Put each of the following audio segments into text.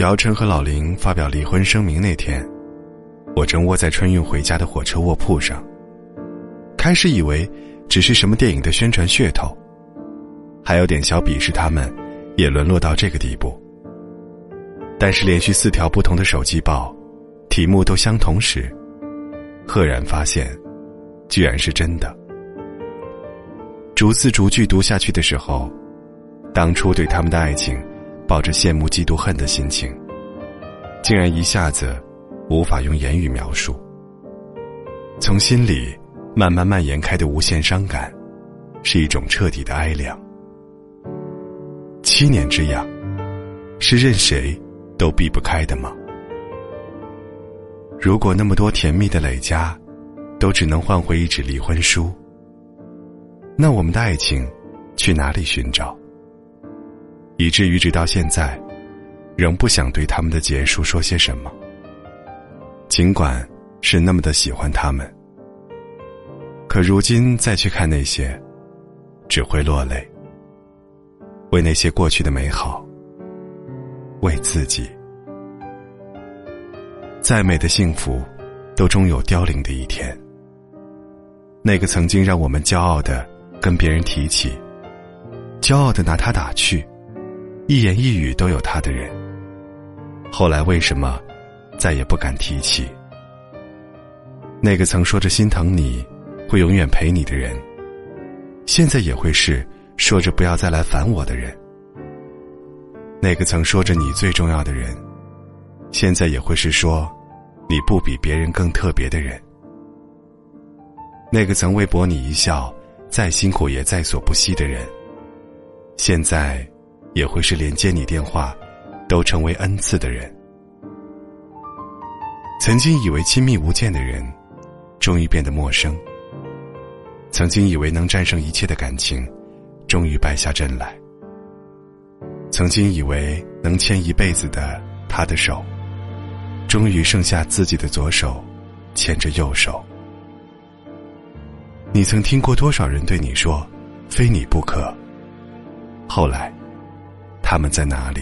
姚晨和老林发表离婚声明那天，我正窝在春运回家的火车卧铺上，开始以为只是什么电影的宣传噱头，还有点小鄙视他们也沦落到这个地步。但是连续4条不同的手机报，题目都相同时，赫然发现居然是真的。逐字逐句读下去的时候，当初对他们的爱情抱着羡慕嫉妒恨的心情，竟然一下子无法用言语描述。从心里慢慢蔓延开的无限伤感，是一种彻底的哀凉。7年之痒，是任谁都避不开的吗？如果那么多甜蜜的累加都只能换回一纸离婚书，那我们的爱情去哪里寻找？以至于直到现在仍不想对他们的结束说些什么，尽管是那么的喜欢他们，可如今再去看那些，只会落泪，为那些过去的美好，为自己。再美的幸福都终有凋零的一天。那个曾经让我们骄傲的跟别人提起，骄傲的拿他打趣，一言一语都有他的人，后来为什么再也不敢提起？那个曾说着心疼你，会永远陪你的人，现在也会是说着不要再来烦我的人。那个曾说着你最重要的人，现在也会是说你不比别人更特别的人。那个曾为博你一笑再辛苦也在所不惜的人，现在也会是连接你电话都成为恩赐的人。曾经以为亲密无间的人，终于变得陌生。曾经以为能战胜一切的感情，终于败下阵来。曾经以为能牵一辈子的他的手，终于剩下自己的左手牵着右手。你曾听过多少人对你说非你不可？后来他们在哪里？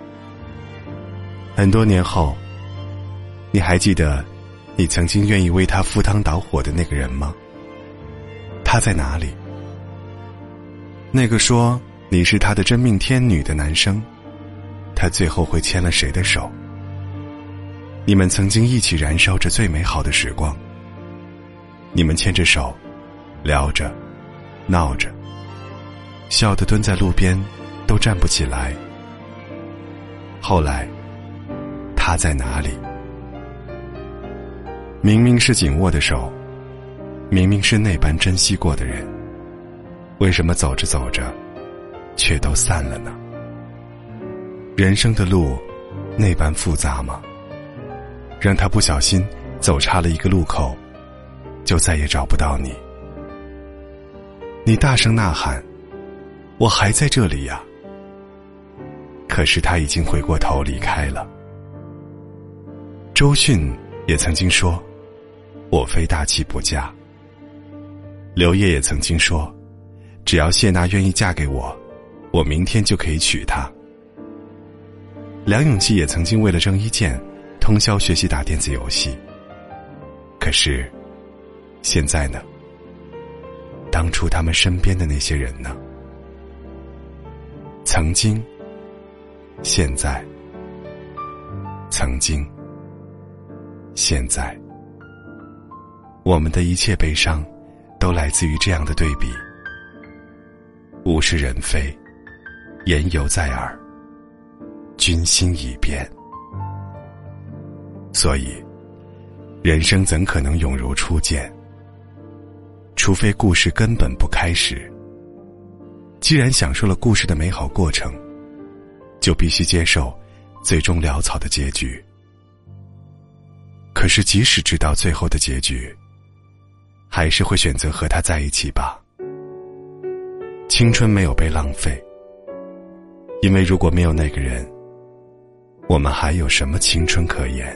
很多年后，你还记得你曾经愿意为他赴汤蹈火的那个人吗？他在哪里？那个说你是他的真命天女的男生，他最后会牵了谁的手？你们曾经一起燃烧着最美好的时光，你们牵着手，聊着，闹着，笑得蹲在路边都站不起来。后来他在哪里？明明是紧握的手，明明是那般珍惜过的人，为什么走着走着却都散了呢？人生的路那般复杂吗？让他不小心走差了一个路口，就再也找不到你。你大声呐喊，我还在这里呀，可是他已经回过头离开了。周迅也曾经说，我非大器不嫁。刘烨也曾经说，只要谢娜愿意嫁给我，我明天就可以娶她。梁咏琪也曾经为了郑伊健通宵学习打电子游戏。可是现在呢？当初他们身边的那些人呢？曾经，现在，曾经，现在，我们的一切悲伤都来自于这样的对比。物是人非，言犹在耳，君心已变。所以人生怎可能永如初见？除非故事根本不开始。既然享受了故事的美好过程，就必须接受最终潦草的结局。可是即使知道最后的结局，还是会选择和他在一起吧。青春没有被浪费，因为如果没有那个人，我们还有什么青春可言？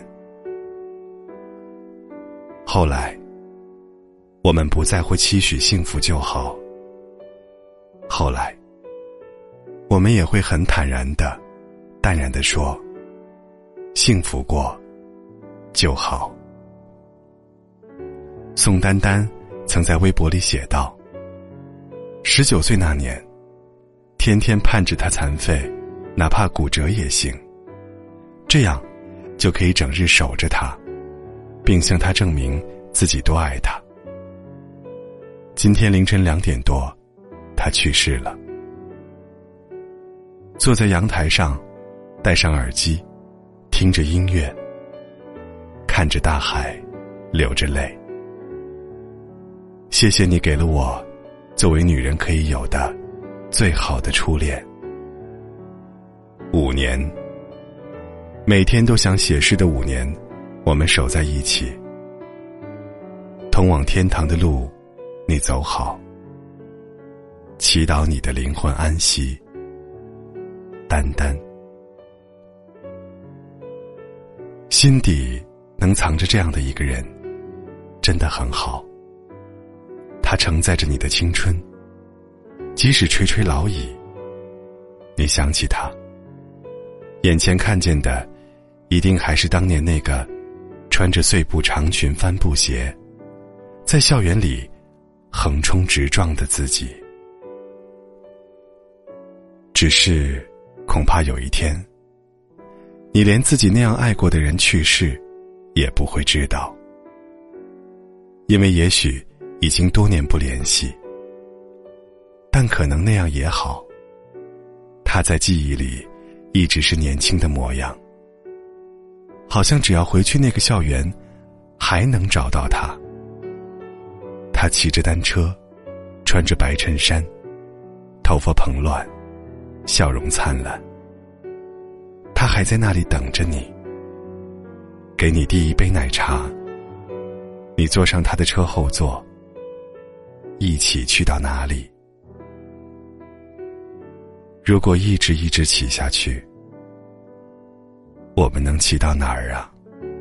后来我们不再会期许幸福就好，后来我们也会很坦然的淡然的说， 幸福过就好。宋丹丹曾在微博里写道：19岁那年，天天盼着他残废，哪怕骨折也行，这样就可以整日守着他，并向他证明自己多爱他。今天凌晨2点多，他去世了。坐在阳台上，戴上耳机，听着音乐，看着大海，流着泪。谢谢你给了我作为女人可以有的最好的初恋。5年，每天都想写诗的5年，我们守在一起。通往天堂的路，你走好。祈祷你的灵魂安息。丹丹。心底能藏着这样的一个人，真的很好。他承载着你的青春，即使垂垂老矣，你想起他，眼前看见的一定还是当年那个穿着碎布长裙帆布鞋，在校园里横冲直撞的自己。只是恐怕有一天，你连自己那样爱过的人去世也不会知道，因为也许已经多年不联系，但可能那样也好，他在记忆里一直是年轻的模样，好像只要回去那个校园还能找到他。他骑着单车，穿着白衬衫，头发蓬乱，笑容灿烂。他还在那里等着你，给你递一杯奶茶，你坐上他的车后座，一起去到哪里？如果一直骑下去，我们能骑到哪儿啊？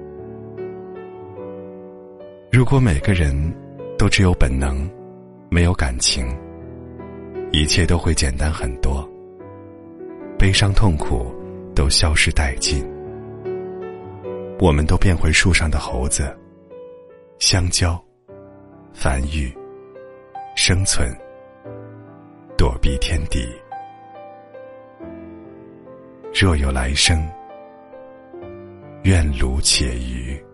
如果每个人都只有本能，没有感情，一切都会简单很多，悲伤痛苦都消失殆尽，我们都变回树上的猴子，香蕉、繁育、生存，躲避天敌。若有来生，愿如且渔。